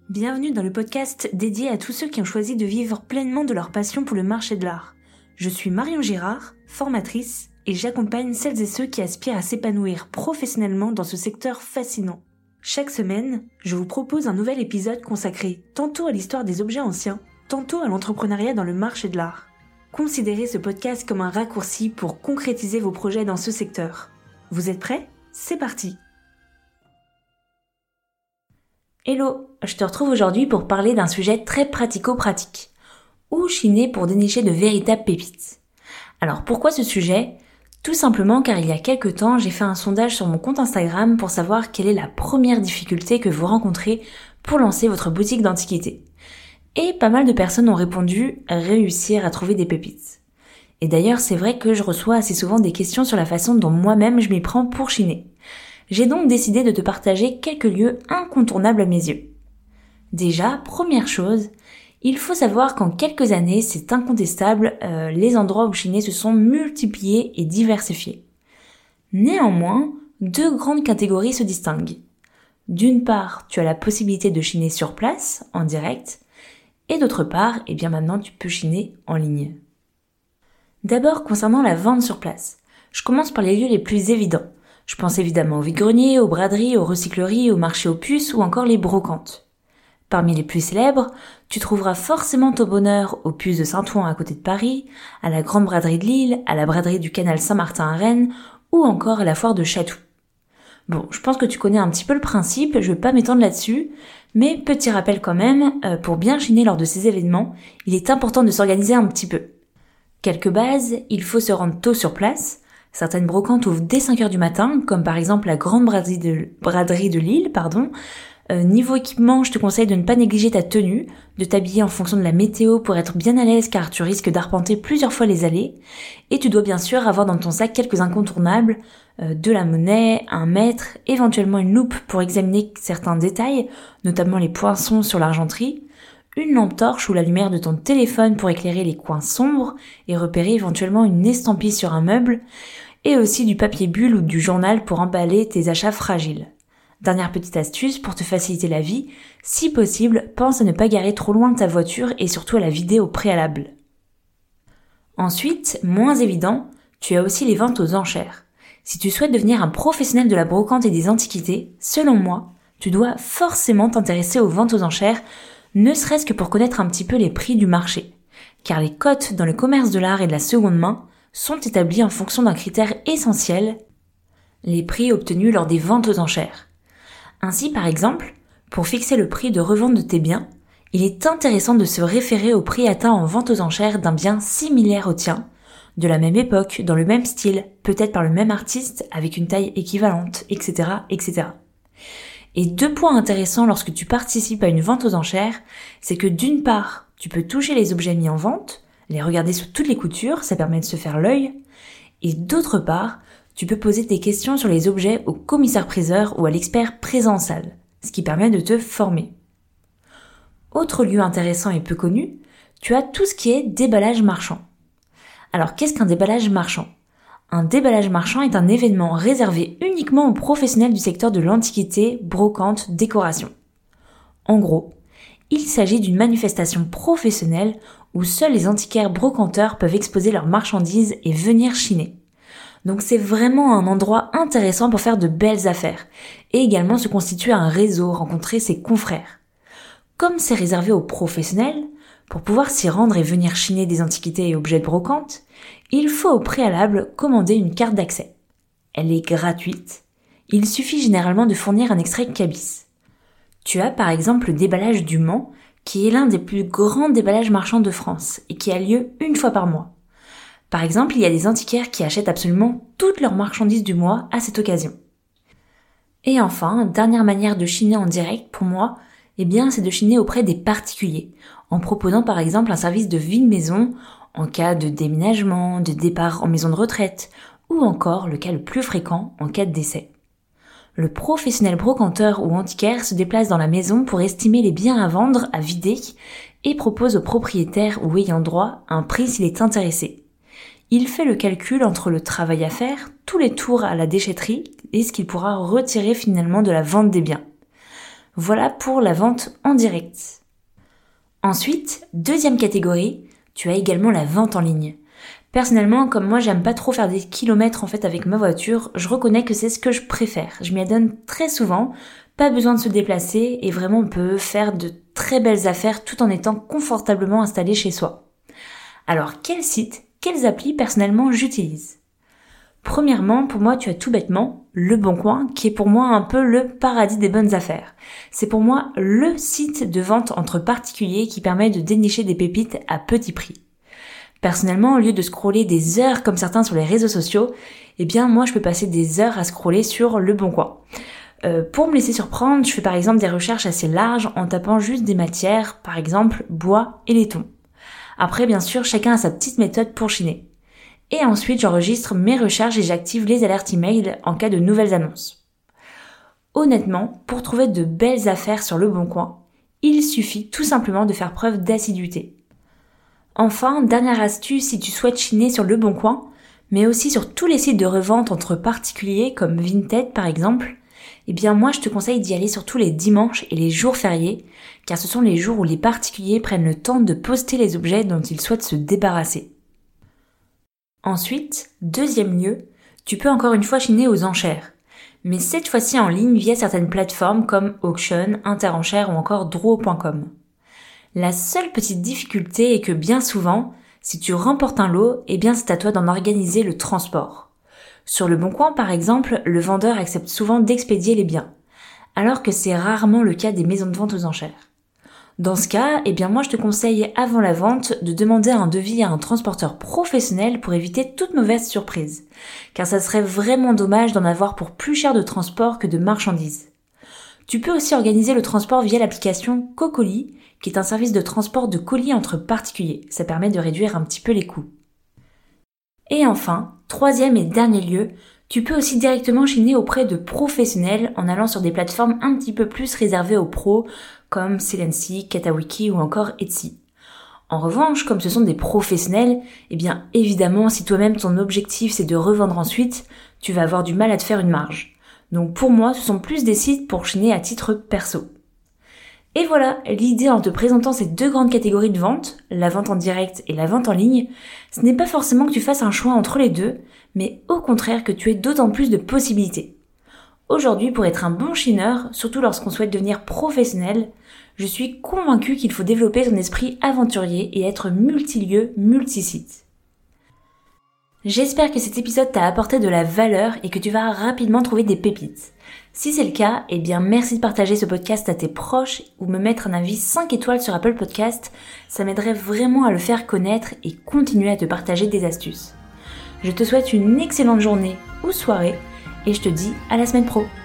Bienvenue dans le podcast dédié à tous ceux qui ont choisi de vivre pleinement de leur passion pour le marché de l'art. Je suis Marion Girard, formatrice, et j'accompagne celles et ceux qui aspirent à s'épanouir professionnellement dans ce secteur fascinant. Chaque semaine, je vous propose un nouvel épisode consacré tantôt à l'histoire des objets anciens, tantôt à l'entrepreneuriat dans le marché de l'art. Considérez ce podcast comme un raccourci pour concrétiser vos projets dans ce secteur. Vous êtes prêts ? C'est parti ! Hello, je te retrouve aujourd'hui pour parler d'un sujet très pratico-pratique. Où chiner pour dénicher de véritables pépites ? Alors pourquoi ce sujet ? Tout simplement car il y a quelques temps, j'ai fait un sondage sur mon compte Instagram pour savoir quelle est la première difficulté que vous rencontrez pour lancer votre boutique d'antiquités. Et pas mal de personnes ont répondu réussir à trouver des pépites. Et d'ailleurs, c'est vrai que je reçois assez souvent des questions sur la façon dont moi-même je m'y prends pour chiner. J'ai donc décidé de te partager quelques lieux incontournables à mes yeux. Déjà, première chose, il faut savoir qu'en quelques années, c'est incontestable, les endroits où chiner se sont multipliés et diversifiés. Néanmoins, deux grandes catégories se distinguent. D'une part, tu as la possibilité de chiner sur place, en direct, et d'autre part, maintenant tu peux chiner en ligne. D'abord, concernant la vente sur place, je commence par les lieux les plus évidents. Je pense évidemment aux vide-greniers, aux braderies, aux recycleries, aux marchés aux puces ou encore les brocantes. Parmi les plus célèbres, tu trouveras forcément ton bonheur aux puces de Saint-Ouen à côté de Paris, à la Grande Braderie de Lille, à la Braderie du Canal Saint-Martin à Rennes ou encore à la Foire de Chatou. Bon, je pense que tu connais un petit peu le principe, je vais pas m'étendre là-dessus, mais petit rappel quand même, pour bien chiner lors de ces événements, il est important de s'organiser un petit peu. Quelques bases, il faut se rendre tôt sur place. Certaines brocantes ouvrent dès 5h du matin, comme par exemple la Grande Braderie de Lille, Niveau équipement, je te conseille de ne pas négliger ta tenue, de t'habiller en fonction de la météo pour être bien à l'aise car tu risques d'arpenter plusieurs fois les allées. Et tu dois bien sûr avoir dans ton sac quelques incontournables, de la monnaie, un mètre, éventuellement une loupe pour examiner certains détails, notamment les poinçons sur l'argenterie, une lampe torche ou la lumière de ton téléphone pour éclairer les coins sombres et repérer éventuellement une estampille sur un meuble, et aussi du papier bulle ou du journal pour emballer tes achats fragiles. Dernière petite astuce pour te faciliter la vie, si possible, pense à ne pas garer trop loin de ta voiture et surtout à la vider au préalable. Ensuite, moins évident, tu as aussi les ventes aux enchères. Si tu souhaites devenir un professionnel de la brocante et des antiquités, selon moi, tu dois forcément t'intéresser aux ventes aux enchères, ne serait-ce que pour connaître un petit peu les prix du marché. Car les cotes dans le commerce de l'art et de la seconde main sont établies en fonction d'un critère essentiel, les prix obtenus lors des ventes aux enchères. Ainsi, par exemple, pour fixer le prix de revente de tes biens, il est intéressant de se référer au prix atteint en vente aux enchères d'un bien similaire au tien, de la même époque, dans le même style, peut-être par le même artiste, avec une taille équivalente, etc., etc. Et deux points intéressants lorsque tu participes à une vente aux enchères, c'est que d'une part, tu peux toucher les objets mis en vente, les regarder sous toutes les coutures, ça permet de se faire l'œil, et d'autre part, tu peux poser tes questions sur les objets au commissaire-priseur ou à l'expert présent en salle, ce qui permet de te former. Autre lieu intéressant et peu connu, tu as tout ce qui est déballage marchand. Alors qu'est-ce qu'un déballage marchand ? Un déballage marchand est un événement réservé uniquement aux professionnels du secteur de l'antiquité, brocante, décoration. En gros, il s'agit d'une manifestation professionnelle où seuls les antiquaires brocanteurs peuvent exposer leurs marchandises et venir chiner. Donc c'est vraiment un endroit intéressant pour faire de belles affaires et également se constituer un réseau, rencontrer ses confrères. Comme c'est réservé aux professionnels, pour pouvoir s'y rendre et venir chiner des antiquités et objets de brocante, il faut au préalable commander une carte d'accès. Elle est gratuite. Il suffit généralement de fournir un extrait Cabis. Tu as par exemple le déballage du Mans, qui est l'un des plus grands déballages marchands de France et qui a lieu une fois par mois. Par exemple, il y a des antiquaires qui achètent absolument toutes leurs marchandises du mois à cette occasion. Et enfin, dernière manière de chiner en direct pour moi, c'est de chiner auprès des particuliers, en proposant par exemple un service de vide-maison en cas de déménagement, de départ en maison de retraite, ou encore, le cas le plus fréquent, en cas de décès. Le professionnel brocanteur ou antiquaire se déplace dans la maison pour estimer les biens à vendre, à vider, et propose au propriétaire ou ayant droit un prix s'il est intéressé. Il fait le calcul entre le travail à faire, tous les tours à la déchetterie, et ce qu'il pourra retirer finalement de la vente des biens. Voilà pour la vente en direct. Ensuite, deuxième catégorie, tu as également la vente en ligne. Personnellement, comme moi j'aime pas trop faire des kilomètres avec ma voiture, je reconnais que c'est ce que je préfère. Je m'y adonne très souvent, pas besoin de se déplacer et vraiment on peut faire de très belles affaires tout en étant confortablement installé chez soi. Alors quels sites, quelles applis personnellement j'utilise ? Premièrement, pour moi tu as tout bêtement Le Bon Coin qui est pour moi un peu le paradis des bonnes affaires. C'est pour moi le site de vente entre particuliers qui permet de dénicher des pépites à petit prix. Personnellement, au lieu de scroller des heures comme certains sur les réseaux sociaux, moi je peux passer des heures à scroller sur Le Bon Coin. Pour me laisser surprendre, je fais par exemple des recherches assez larges en tapant juste des matières, par exemple bois et laiton. Après, bien sûr, chacun a sa petite méthode pour chiner. Et ensuite, j'enregistre mes recherches et j'active les alertes email en cas de nouvelles annonces. Honnêtement, pour trouver de belles affaires sur Le Bon Coin, il suffit tout simplement de faire preuve d'assiduité. Enfin, dernière astuce si tu souhaites chiner sur Le Bon Coin, mais aussi sur tous les sites de revente entre particuliers comme Vinted par exemple, moi je te conseille d'y aller surtout les dimanches et les jours fériés, car ce sont les jours où les particuliers prennent le temps de poster les objets dont ils souhaitent se débarrasser. Ensuite, deuxième lieu, tu peux encore une fois chiner aux enchères, mais cette fois-ci en ligne via certaines plateformes comme Auction, Interenchères ou encore Drouot.com. La seule petite difficulté est que bien souvent, si tu remportes un lot, c'est à toi d'en organiser le transport. Sur Le Bon Coin, par exemple, le vendeur accepte souvent d'expédier les biens, alors que c'est rarement le cas des maisons de vente aux enchères. Dans ce cas, moi je te conseille avant la vente de demander un devis à un transporteur professionnel pour éviter toute mauvaise surprise, car ça serait vraiment dommage d'en avoir pour plus cher de transport que de marchandises. Tu peux aussi organiser le transport via l'application Cocoli, qui est un service de transport de colis entre particuliers. Ça permet de réduire un petit peu les coûts. Et enfin, troisième et dernier lieu, tu peux aussi directement chiner auprès de professionnels en allant sur des plateformes un petit peu plus réservées aux pros, comme Selency, Katawiki ou encore Etsy. En revanche, comme ce sont des professionnels, évidemment, si toi-même ton objectif c'est de revendre ensuite, tu vas avoir du mal à te faire une marge. Donc pour moi, ce sont plus des sites pour chiner à titre perso. Et voilà, l'idée en te présentant ces deux grandes catégories de vente, la vente en direct et la vente en ligne, ce n'est pas forcément que tu fasses un choix entre les deux, mais au contraire que tu aies d'autant plus de possibilités. Aujourd'hui, pour être un bon chineur, surtout lorsqu'on souhaite devenir professionnel, je suis convaincue qu'il faut développer son esprit aventurier et être multilieu, multisite. J'espère que cet épisode t'a apporté de la valeur et que tu vas rapidement trouver des pépites. Si c'est le cas, merci de partager ce podcast à tes proches ou me mettre un avis 5 étoiles sur Apple Podcast. Ça m'aiderait vraiment à le faire connaître et continuer à te partager des astuces. Je te souhaite une excellente journée ou soirée et je te dis à la semaine pro.